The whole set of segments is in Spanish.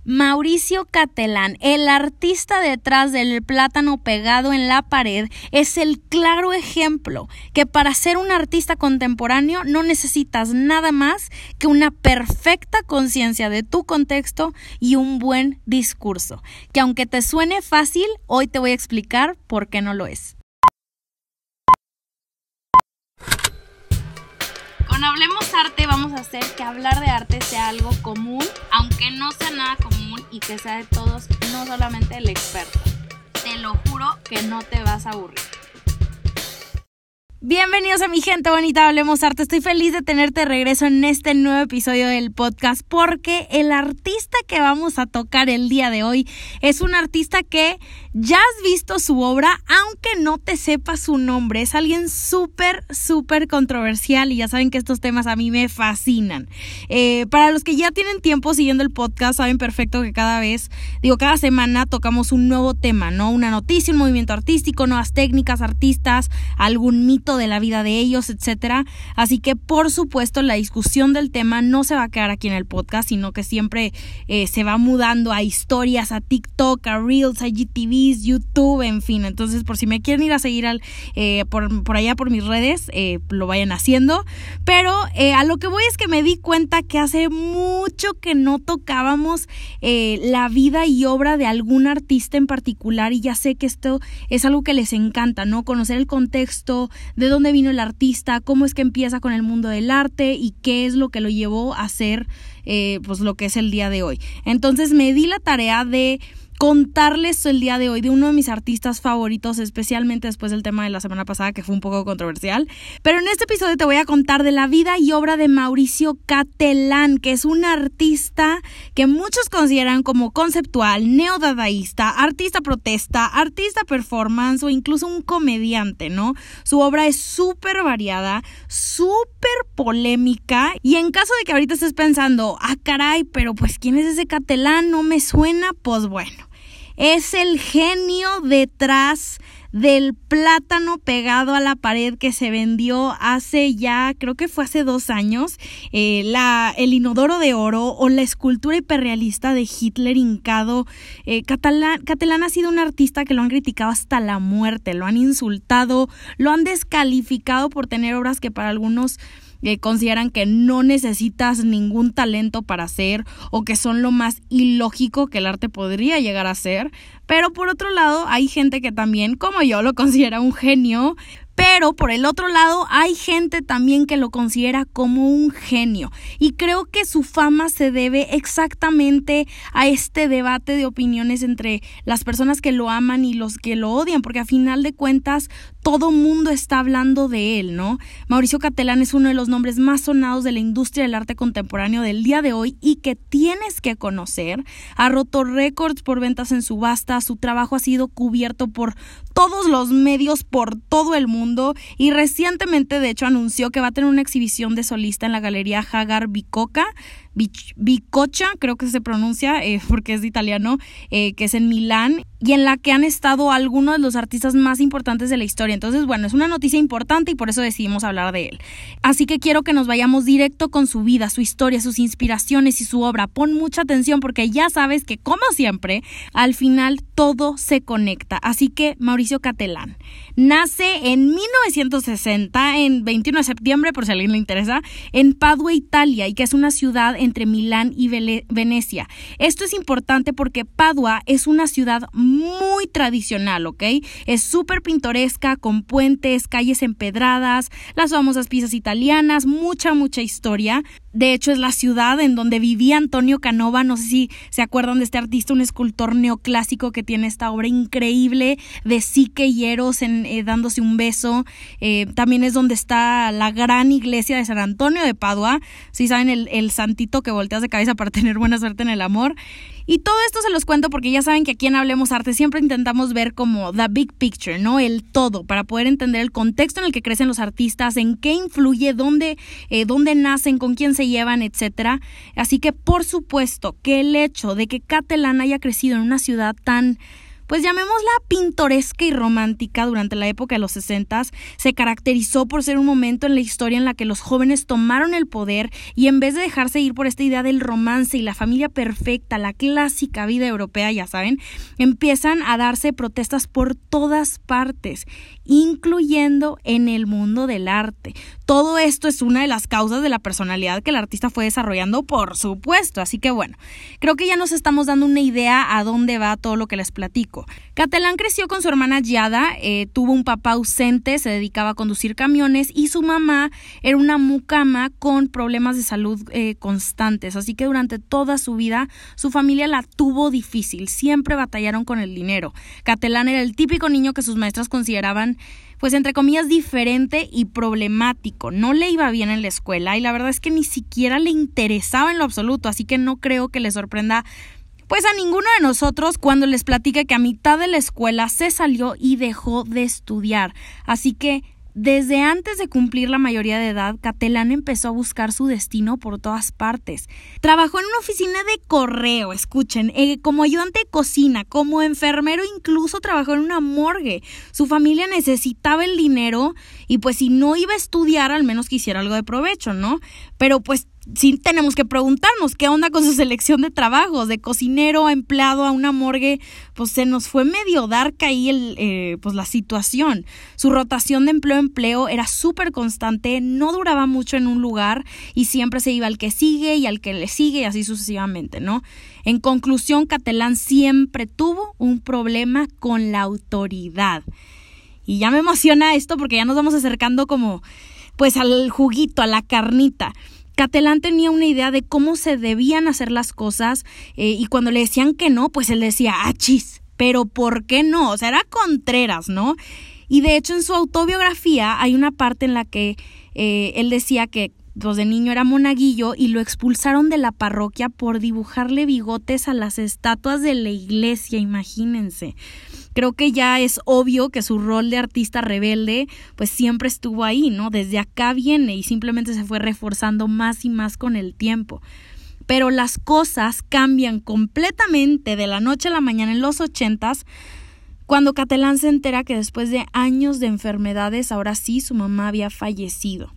Mauricio Catelán, el artista detrás del plátano pegado en la pared, es el claro ejemplo que para ser un artista contemporáneo no necesitas nada más que una perfecta conciencia de tu contexto y un buen discurso, que aunque te suene fácil, hoy te voy a explicar por qué no lo es. Con Hablemos Arte vamos a hacer que hablar de arte sea algo común, aunque no sea nada común y que sea de todos, no solamente el experto. Te lo juro que no te vas a aburrir. Bienvenidos a mi gente bonita, Hablemos Arte. Estoy feliz de tenerte de regreso en este nuevo episodio del podcast porque el artista que vamos a tocar el día de hoy es un artista que ya has visto su obra, aunque no te sepas su nombre. Es alguien súper controversial y ya saben que estos temas a mí me fascinan. Para los que ya tienen tiempo siguiendo el podcast, saben perfecto que cada semana tocamos un nuevo tema, ¿no? Una noticia, un movimiento artístico, nuevas técnicas, artistas, algún mito de la vida de ellos, etcétera. Así que por supuesto la discusión del tema no se va a quedar aquí en el podcast, sino que siempre se va mudando a historias, a TikTok, a Reels, a IGTVs, YouTube, en fin. Entonces por si me quieren ir a seguir por allá por mis redes, lo vayan haciendo. Pero a lo que voy es que me di cuenta que hace mucho que no tocábamos la vida y obra de algún artista en particular, y ya sé que esto es algo que les encanta, ¿no? Conocer el contexto, de dónde vino el artista, cómo es que empieza con el mundo del arte y qué es lo que lo llevó a ser pues lo que es el día de hoy. Entonces me di la tarea de contarles el día de hoy de uno de mis artistas favoritos, especialmente después del tema de la semana pasada que fue un poco controversial. Pero en este episodio te voy a contar de la vida y obra de Mauricio Catelán, que es un artista que muchos consideran como conceptual, neodadaísta, artista protesta, artista performance o incluso un comediante, ¿no? Su obra es súper variada, súper polémica, y en caso de que ahorita estés pensando, caray, pero pues ¿quién es ese Catelán? No me suena, pues bueno. Es el genio detrás del plátano pegado a la pared que se vendió creo que fue hace 2 años, el inodoro de oro o la escultura hiperrealista de Hitler hincado. Catelán ha sido un artista que lo han criticado hasta la muerte, lo han insultado, lo han descalificado por tener obras que para algunos consideran que no necesitas ningún talento para hacer o que son lo más ilógico que el arte podría llegar a ser. Pero por otro lado hay gente que también, como yo, lo considera un genio. Pero por el otro lado hay gente también que lo considera como un genio, y creo que su fama se debe exactamente a este debate de opiniones entre las personas que lo aman y los que lo odian, porque a final de cuentas todo mundo está hablando de él, ¿no? Mauricio Catelán es uno de los nombres más sonados de la industria del arte contemporáneo del día de hoy y que tienes que conocer. Ha roto récords por ventas en subasta, su trabajo ha sido cubierto por todos los medios por todo el mundo, y recientemente de hecho anunció que va a tener una exhibición de solista en la Galería Hagar Bicocca, creo que se pronuncia porque es de italiano, que es en Milán, y en la que han estado algunos de los artistas más importantes de la historia. Entonces, bueno, es una noticia importante y por eso decidimos hablar de él. Así que quiero que nos vayamos directo con su vida, su historia, sus inspiraciones y su obra. Pon mucha atención porque ya sabes que, como siempre, al final todo se conecta. Así que, Mauricio Catelán nace en 1960, en 21 de septiembre, por si a alguien le interesa, en Padua, Italia, y que es una ciudad entre Milán y Venecia. Esto es importante porque Padua es una ciudad muy tradicional, ¿ok? Es súper pintoresca, con puentes, calles empedradas, las famosas pizzas italianas, mucha historia. De hecho, es la ciudad en donde vivía Antonio Canova. No sé si se acuerdan de este artista, un escultor neoclásico que tiene esta obra increíble de Psique y Eros dándose un beso. También es donde está la gran iglesia de San Antonio de Padua. Si saben, el santito que volteas de cabeza para tener buena suerte en el amor. Y todo esto se los cuento porque ya saben que aquí en Hablemos Arte siempre intentamos ver como the big picture, ¿no? El todo, para poder entender el contexto en el que crecen los artistas, en qué influye, dónde nacen, con quién se llevan, etcétera. Así que por supuesto que el hecho de que Catelán haya crecido en una ciudad tan pues llamémosla pintoresca y romántica durante la época de los 60s, se caracterizó por ser un momento en la historia en la que los jóvenes tomaron el poder y en vez de dejarse ir por esta idea del romance y la familia perfecta, la clásica vida europea, ya saben, empiezan a darse protestas por todas partes, incluyendo en el mundo del arte. Todo esto es una de las causas de la personalidad que el artista fue desarrollando, por supuesto. Así que bueno, creo que ya nos estamos dando una idea a dónde va todo lo que les platico. Catalán creció con su hermana Giada, tuvo un papá ausente, se dedicaba a conducir camiones y su mamá era una mucama con problemas de salud constantes. Así que durante toda su vida su familia la tuvo difícil, siempre batallaron con el dinero. Catalán era el típico niño que sus maestras consideraban, pues entre comillas, diferente y problemático. No le iba bien en la escuela y la verdad es que ni siquiera le interesaba en lo absoluto, así que no creo que le sorprenda pues a ninguno de nosotros cuando les platica que a mitad de la escuela se salió y dejó de estudiar. Así que desde antes de cumplir la mayoría de edad, Catalán empezó a buscar su destino por todas partes. Trabajó en una oficina de correo, escuchen, como ayudante de cocina, como enfermero, incluso trabajó en una morgue. Su familia necesitaba el dinero y pues si no iba a estudiar, al menos que hiciera algo de provecho, ¿no? Pero pues sí tenemos que preguntarnos qué onda con su selección de trabajos, de cocinero a empleado a una morgue, pues se nos fue medio dark ahí pues la situación. Su rotación de empleo a empleo era súper constante, no duraba mucho en un lugar y siempre se iba al que sigue y al que le sigue y así sucesivamente, ¿no? En conclusión, Catalán siempre tuvo un problema con la autoridad. Y ya me emociona esto porque ya nos vamos acercando como pues al juguito, a la carnita. Catalán tenía una idea de cómo se debían hacer las cosas y cuando le decían que no, pues él decía, chis, pero ¿por qué no? O sea, era Contreras, ¿no? Y de hecho en su autobiografía hay una parte en la que él decía que pues de niño era monaguillo y lo expulsaron de la parroquia por dibujarle bigotes a las estatuas de la iglesia, imagínense. Creo que ya es obvio que su rol de artista rebelde pues siempre estuvo ahí, ¿no? Desde acá viene y simplemente se fue reforzando más y más con el tiempo. Pero las cosas cambian completamente de la noche a la mañana en los 80s cuando Catalán se entera que después de años de enfermedades, ahora sí su mamá había fallecido.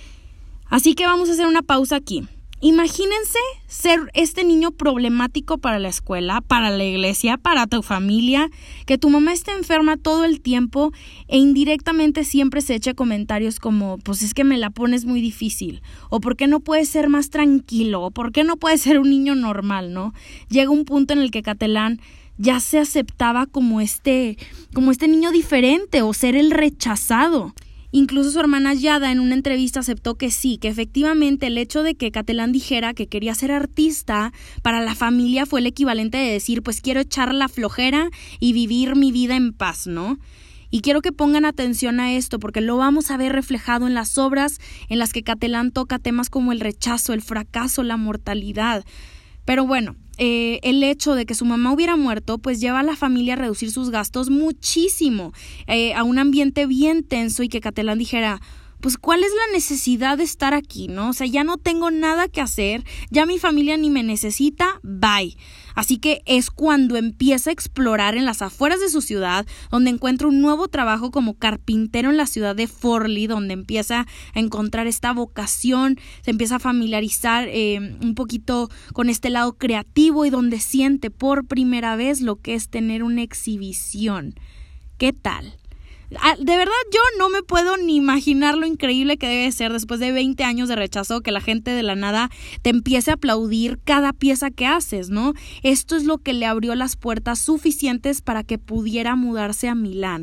Así que vamos a hacer una pausa aquí. Imagínense ser este niño problemático para la escuela, para la iglesia, para tu familia, que tu mamá esté enferma todo el tiempo e indirectamente siempre se eche comentarios como, pues es que me la pones muy difícil, o ¿por qué no puedes ser más tranquilo? O ¿por qué no puedes ser un niño normal, no? Llega un punto en el que Catalán ya se aceptaba como este niño diferente o ser el rechazado. Incluso su hermana Giada en una entrevista aceptó que sí, que efectivamente el hecho de que Catalán dijera que quería ser artista para la familia fue el equivalente de decir, pues quiero echar la flojera y vivir mi vida en paz, ¿no? Y quiero que pongan atención a esto porque lo vamos a ver reflejado en las obras en las que Catalán toca temas como el rechazo, el fracaso, la mortalidad. Pero bueno, el hecho de que su mamá hubiera muerto pues lleva a la familia a reducir sus gastos muchísimo, a un ambiente bien tenso y que Catalán dijera, pues ¿cuál es la necesidad de estar aquí, no? O sea, ya no tengo nada que hacer, ya mi familia ni me necesita, bye. Así que es cuando empieza a explorar en las afueras de su ciudad, donde encuentra un nuevo trabajo como carpintero en la ciudad de Forlì, donde empieza a encontrar esta vocación, se empieza a familiarizar un poquito con este lado creativo y donde siente por primera vez lo que es tener una exhibición. ¿Qué tal? De verdad yo no me puedo ni imaginar lo increíble que debe ser después de 20 años de rechazo que la gente de la nada te empiece a aplaudir cada pieza que haces, ¿no? Esto es lo que le abrió las puertas suficientes para que pudiera mudarse a Milán.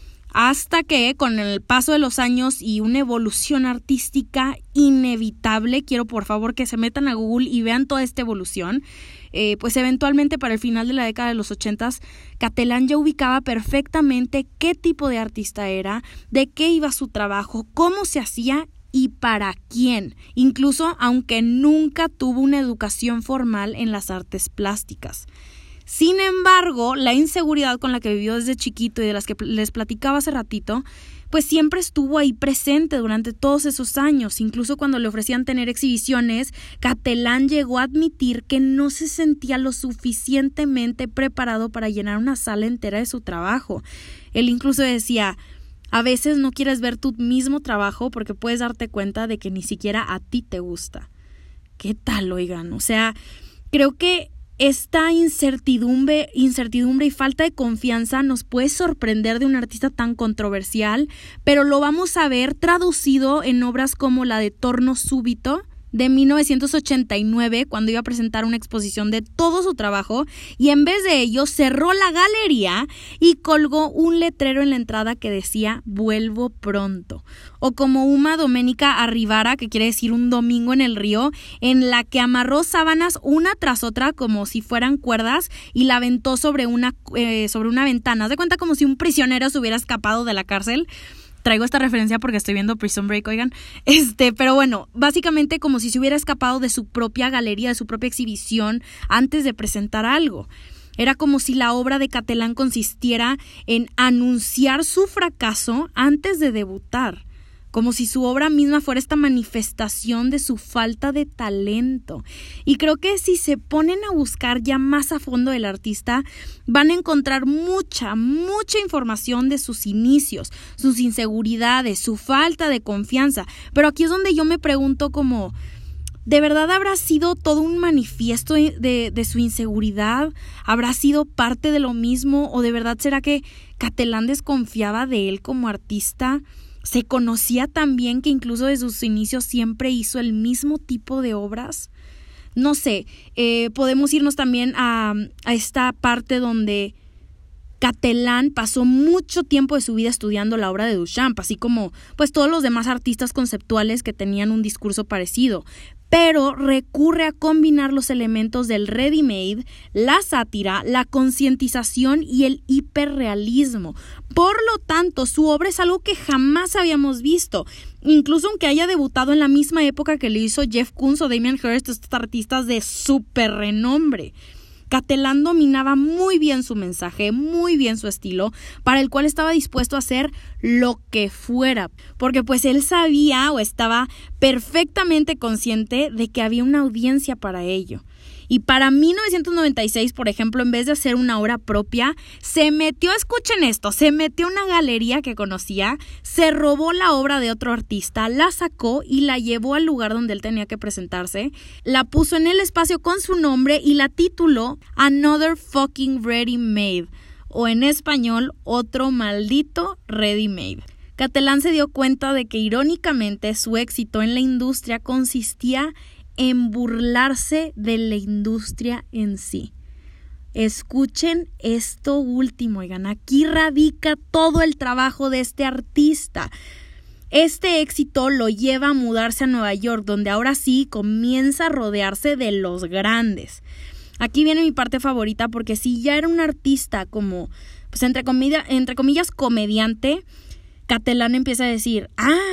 Hasta que con el paso de los años y una evolución artística inevitable, quiero por favor que se metan a Google y vean toda esta evolución, pues eventualmente para el final de la década de los 80s, Catalán ya ubicaba perfectamente qué tipo de artista era, de qué iba su trabajo, cómo se hacía y para quién, incluso aunque nunca tuvo una educación formal en las artes plásticas. Sin embargo, la inseguridad con la que vivió desde chiquito y de las que les platicaba hace ratito, pues siempre estuvo ahí presente durante todos esos años. Incluso cuando le ofrecían tener exhibiciones, Catelán llegó a admitir que no se sentía lo suficientemente preparado para llenar una sala entera de su trabajo. Él incluso decía: a veces no quieres ver tu mismo trabajo porque puedes darte cuenta de que ni siquiera a ti te gusta. ¿Qué tal, oigan? O sea, creo que esta incertidumbre y falta de confianza nos puede sorprender de un artista tan controversial, pero lo vamos a ver traducido en obras como la de Torno Súbito, de 1989, cuando iba a presentar una exposición de todo su trabajo, y en vez de ello cerró la galería y colgó un letrero en la entrada que decía "Vuelvo pronto", o como Uma Domenica Arrivara, que quiere decir un domingo en el río, en la que amarró sábanas una tras otra como si fueran cuerdas y la aventó sobre una ventana. Haz de cuenta como si un prisionero se hubiera escapado de la cárcel. Traigo esta referencia porque estoy viendo Prison Break, oigan. Pero bueno, básicamente como si se hubiera escapado de su propia galería, de su propia exhibición antes de presentar algo. Era como si la obra de Catelán consistiera en anunciar su fracaso antes de debutar. Como si su obra misma fuera esta manifestación de su falta de talento. Y creo que si se ponen a buscar ya más a fondo del artista, van a encontrar mucha información de sus inicios, sus inseguridades, su falta de confianza. Pero aquí es donde yo me pregunto como, ¿de verdad habrá sido todo un manifiesto de su inseguridad? ¿Habrá sido parte de lo mismo? ¿O de verdad será que Catelán desconfiaba de él como artista? ¿Se conocía tan bien que incluso desde sus inicios siempre hizo el mismo tipo de obras? No sé, podemos irnos también a esta parte donde Catelán pasó mucho tiempo de su vida estudiando la obra de Duchamp, así como pues todos los demás artistas conceptuales que tenían un discurso parecido, pero recurre a combinar los elementos del ready-made, la sátira, la concientización y el hiperrealismo. Por lo tanto, su obra es algo que jamás habíamos visto, incluso aunque haya debutado en la misma época que lo hizo Jeff Koons o Damien Hirst, estos artistas de súper renombre. Catelán dominaba muy bien su mensaje, muy bien su estilo, para el cual estaba dispuesto a hacer lo que fuera, porque pues él sabía o estaba perfectamente consciente de que había una audiencia para ello. Y para 1996, por ejemplo, en vez de hacer una obra propia, se metió a una galería que conocía, se robó la obra de otro artista, la sacó y la llevó al lugar donde él tenía que presentarse, la puso en el espacio con su nombre y la tituló Another Fucking Ready Made, o en español, Otro Maldito Ready Made. Catelán se dio cuenta de que irónicamente su éxito en la industria consistía en burlarse de la industria en sí. Escuchen esto último, oigan, aquí radica todo el trabajo de este artista. Este éxito lo lleva a mudarse a Nueva York, donde ahora sí comienza a rodearse de los grandes. Aquí viene mi parte favorita, porque si ya era un artista como, pues entre comillas, comediante, Catelán empieza a decir,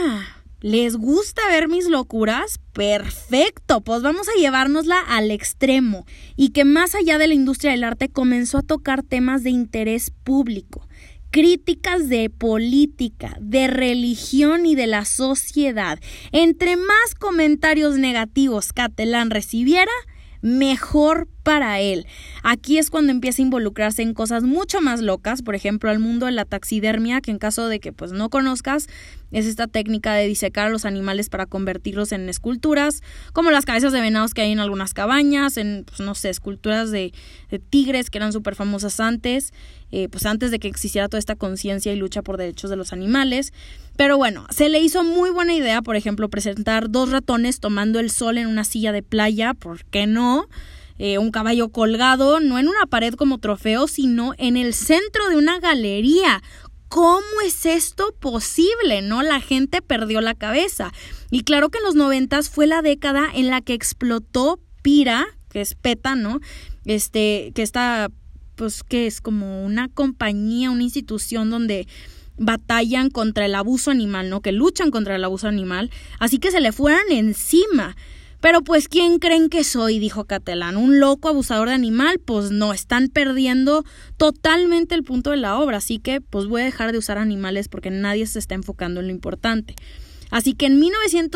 ¿les gusta ver mis locuras? Perfecto, pues vamos a llevárnosla al extremo. Y que más allá de la industria del arte comenzó a tocar temas de interés público, críticas de política, de religión y de la sociedad. Entre más comentarios negativos Catelán recibiera, mejor para él. Aquí es cuando empieza a involucrarse en cosas mucho más locas, por ejemplo, al mundo de la taxidermia, que en caso de que pues no conozcas, es esta técnica de disecar a los animales para convertirlos en esculturas, como las cabezas de venados que hay en algunas cabañas, en, pues no sé, esculturas de tigres que eran súper famosas antes, pues antes de que existiera toda esta conciencia y lucha por derechos de los animales. Pero bueno, se le hizo muy buena idea, por ejemplo, presentar 2 ratones tomando el sol en una silla de playa, ¿por qué no? Un caballo colgado, no en una pared como trofeo, sino en el centro de una galería. ¿Cómo es esto posible? ¿No? La gente perdió la cabeza. Y claro que en los 90s fue la década en la que explotó PETA, que es PETA, ¿no? Que está, pues, que es como una compañía, una institución donde batallan contra el abuso animal, ¿no? Que luchan contra el abuso animal. Así que se le fueron encima. Pero pues, ¿quién creen que soy?, dijo Catelán. ¿Un loco abusador de animal? Pues no, están perdiendo totalmente el punto de la obra, así que pues voy a dejar de usar animales porque nadie se está enfocando en lo importante. Así que en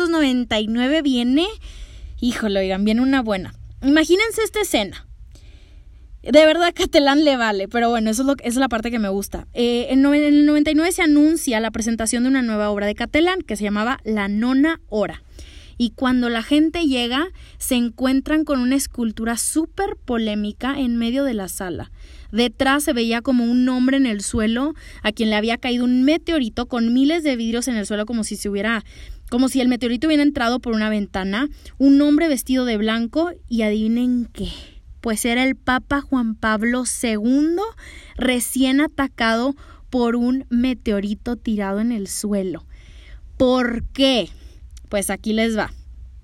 1999 viene, viene una buena. Imagínense esta escena. De verdad, Catelán le vale, pero bueno, esa es la parte que me gusta. En el 99 se anuncia la presentación de una nueva obra de Catelán que se llamaba La Nona Hora. Y cuando la gente llega, se encuentran con una escultura súper polémica en medio de la sala. Detrás se veía como un hombre en el suelo a quien le había caído un meteorito con miles de vidrios en el suelo como si el meteorito hubiera entrado por una ventana. Un hombre vestido de blanco y adivinen qué. Pues era el Papa Juan Pablo II recién atacado por un meteorito tirado en el suelo. ¿Por qué? Pues aquí les va.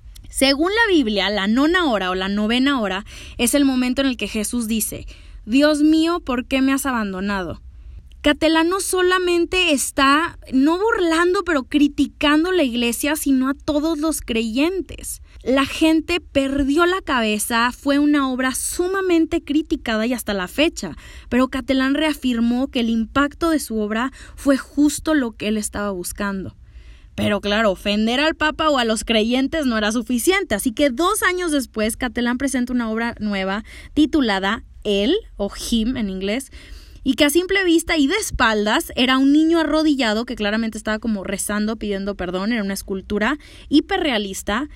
Según la Biblia, la nona hora o la novena hora es el momento en el que Jesús dice: Dios mío, ¿por qué me has abandonado? Catelán no solamente está, no burlando, pero criticando la iglesia, sino a todos los creyentes. La gente perdió la cabeza, fue una obra sumamente criticada y hasta la fecha, pero Catelán reafirmó que el impacto de su obra fue justo lo que él estaba buscando. Pero claro, ofender al Papa o a los creyentes no era suficiente, así que 2 años después Catelán presenta una obra nueva titulada Él, o Him en inglés, y que a simple vista y de espaldas era un niño arrodillado que claramente estaba como rezando, pidiendo perdón. Era una escultura hiperrealista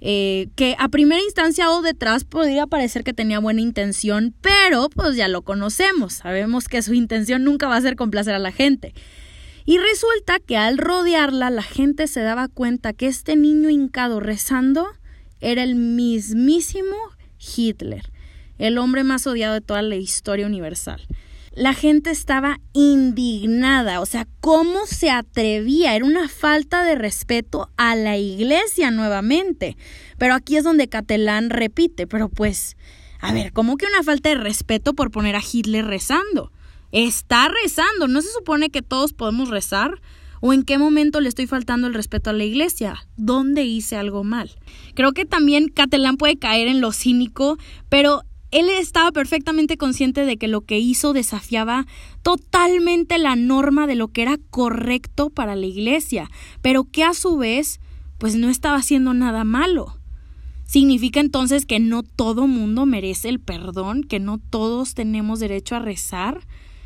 que a primera instancia o detrás podría parecer que tenía buena intención, pero pues ya lo conocemos, sabemos que su intención nunca va a ser complacer a la gente. Y resulta que al rodearla, la gente se daba cuenta que este niño hincado rezando era el mismísimo Hitler, el hombre más odiado de toda la historia universal. La gente estaba indignada, o sea, ¿cómo se atrevía? Era una falta de respeto a la iglesia nuevamente. Pero aquí es donde Catelán repite, pero pues, a ver, ¿cómo que una falta de respeto por poner a Hitler rezando? Está rezando, ¿no se supone que todos podemos rezar? ¿O en qué momento le estoy faltando el respeto a la iglesia? ¿Dónde hice algo mal? Creo que también Catelán puede caer en lo cínico, pero él estaba perfectamente consciente de que lo que hizo desafiaba totalmente la norma de lo que era correcto para la iglesia, pero que a su vez, pues no estaba haciendo nada malo. ¿Significa entonces que no todo mundo merece el perdón? ¿Que no todos tenemos derecho a rezar?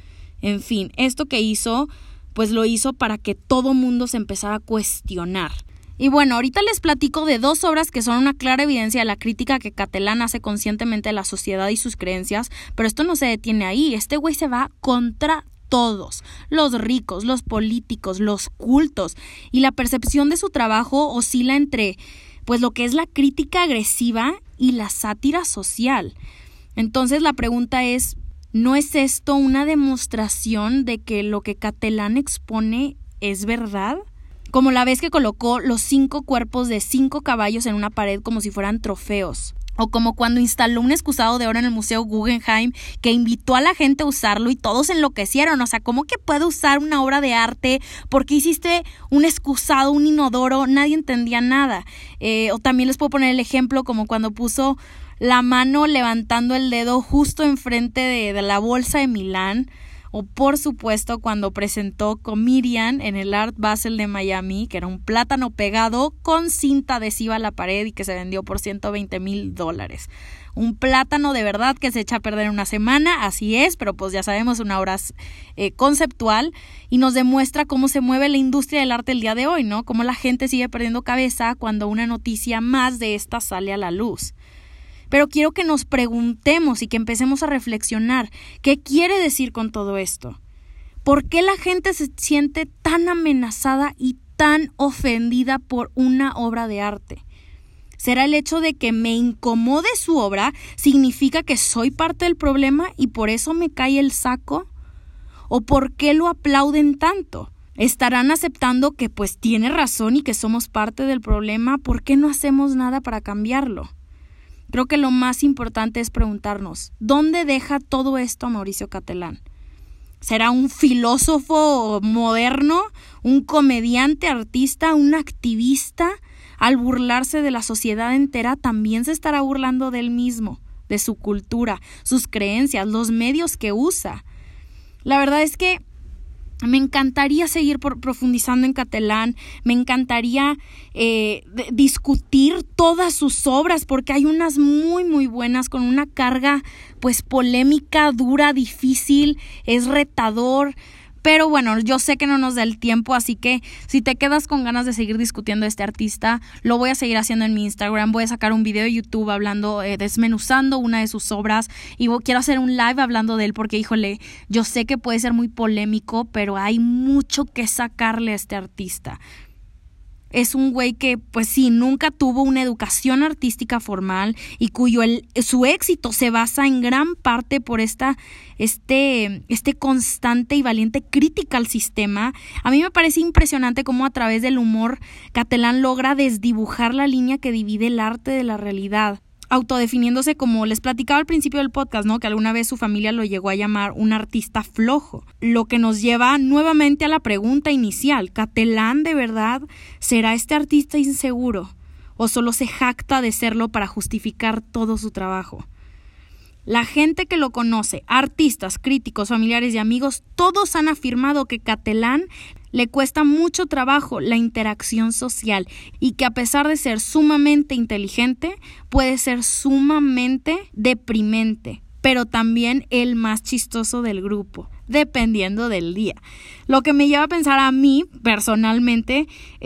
En fin, esto que hizo, pues lo hizo para que todo mundo se empezara a cuestionar. Y bueno, ahorita les platico de 2 obras que son una clara evidencia de la crítica que Catelán hace conscientemente de la sociedad y sus creencias, pero esto no se detiene ahí. Este güey se va contra todos, los ricos, los políticos, los cultos, y la percepción de su trabajo oscila entre pues lo que es la crítica agresiva y la sátira social. Entonces la pregunta es, ¿no es esto una demostración de que lo que Catelán expone es verdad? Como la vez que colocó los 5 cuerpos de 5 caballos en una pared como si fueran trofeos. O como cuando instaló un excusado de oro en el Museo Guggenheim que invitó a la gente a usarlo y todos enloquecieron. O sea, ¿cómo que puede usar una obra de arte? ¿Por qué hiciste un excusado, un inodoro? Nadie entendía nada. O también les puedo poner el ejemplo como cuando puso la mano levantando el dedo justo enfrente de la bolsa de Milán. O por supuesto cuando presentó Comedian en el Art Basel de Miami, que era un plátano pegado con cinta adhesiva a la pared y que se vendió por $120,000. Un plátano de verdad que se echa a perder en una semana, así es, pero pues ya sabemos, una obra conceptual y nos demuestra cómo se mueve la industria del arte el día de hoy, ¿no? Cómo la gente sigue perdiendo cabeza cuando una noticia más de esta sale a la luz. Pero quiero que nos preguntemos y que empecemos a reflexionar qué quiere decir con todo esto. ¿Por qué la gente se siente tan amenazada y tan ofendida por una obra de arte? ¿Será el hecho de que me incomode su obra significa que soy parte del problema y por eso me cae el saco? ¿O por qué lo aplauden tanto? ¿Estarán aceptando que pues tiene razón y que somos parte del problema? ¿Por qué no hacemos nada para cambiarlo? Creo que lo más importante es preguntarnos, ¿dónde deja todo esto a Mauricio Catelán? ¿Será un filósofo moderno, un comediante, artista, un activista, al burlarse de la sociedad entera, también se estará burlando de él mismo, de su cultura, sus creencias, los medios que usa. La verdad es que me encantaría seguir profundizando en Catalán, me encantaría discutir todas sus obras, porque hay unas muy muy buenas con una carga pues polémica, dura, difícil, es retador. Pero bueno, yo sé que no nos da el tiempo, así que si te quedas con ganas de seguir discutiendo de este artista, lo voy a seguir haciendo en mi Instagram. Voy a sacar un video de YouTube hablando, desmenuzando una de sus obras, y quiero hacer un live hablando de él porque, híjole, yo sé que puede ser muy polémico, pero hay mucho que sacarle a este artista. Es un güey que, pues sí, nunca tuvo una educación artística formal y su éxito se basa en gran parte por este constante y valiente crítica al sistema. A mí me parece impresionante cómo a través del humor Catalán logra desdibujar la línea que divide el arte de la realidad, autodefiniéndose como les platicaba al principio del podcast, ¿no? Que alguna vez su familia lo llegó a llamar un artista flojo. Lo que nos lleva nuevamente a la pregunta inicial: ¿Catalán de verdad será este artista inseguro? ¿O solo se jacta de serlo para justificar todo su trabajo? La gente que lo conoce, artistas, críticos, familiares y amigos, todos han afirmado que Catalán le cuesta mucho trabajo la interacción social y que a pesar de ser sumamente inteligente, puede ser sumamente deprimente, pero también el más chistoso del grupo, dependiendo del día. Lo que me lleva a pensar a mí, personalmente,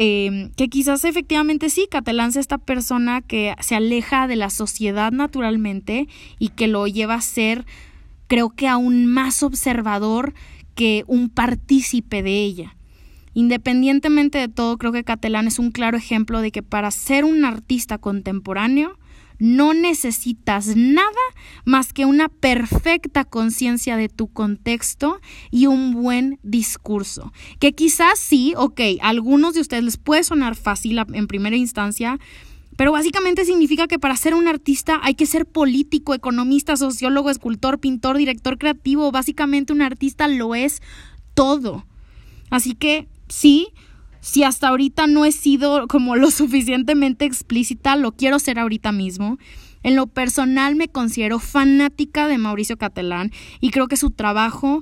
que quizás efectivamente sí, Catalán es esta persona que se aleja de la sociedad naturalmente y que lo lleva a ser, creo que aún más observador que un partícipe de ella. Independientemente de todo, creo que Catalán es un claro ejemplo de que para ser un artista contemporáneo no necesitas nada más que una perfecta conciencia de tu contexto y un buen discurso. Que quizás sí, a algunos de ustedes les puede sonar fácil en primera instancia, pero básicamente significa que para ser un artista hay que ser político, economista, sociólogo, escultor, pintor, director creativo. Básicamente un artista lo es todo. Así que sí, si hasta ahorita no he sido como lo suficientemente explícita, lo quiero ser ahorita mismo. En lo personal me considero fanática de Mauricio Catalán y creo que su trabajo,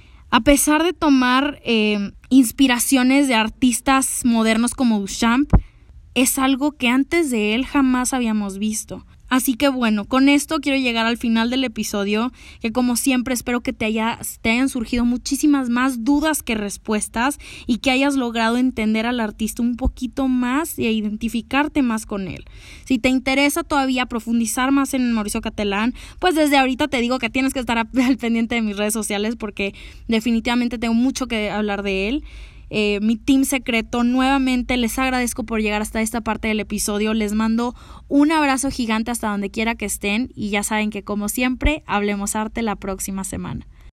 a pesar de tomar inspiraciones de artistas modernos como Duchamp, es algo que antes de él jamás habíamos visto. Así que bueno, con esto quiero llegar al final del episodio, que como siempre espero que te hayan surgido muchísimas más dudas que respuestas y que hayas logrado entender al artista un poquito más y identificarte más con él. Si te interesa todavía profundizar más en Mauricio Catalán, pues desde ahorita te digo que tienes que estar al pendiente de mis redes sociales porque definitivamente tengo mucho que hablar de él. Mi team secreto, nuevamente les agradezco por llegar hasta esta parte del episodio. Les mando un abrazo gigante hasta donde quiera que estén y ya saben que como siempre, hablemos arte la próxima semana.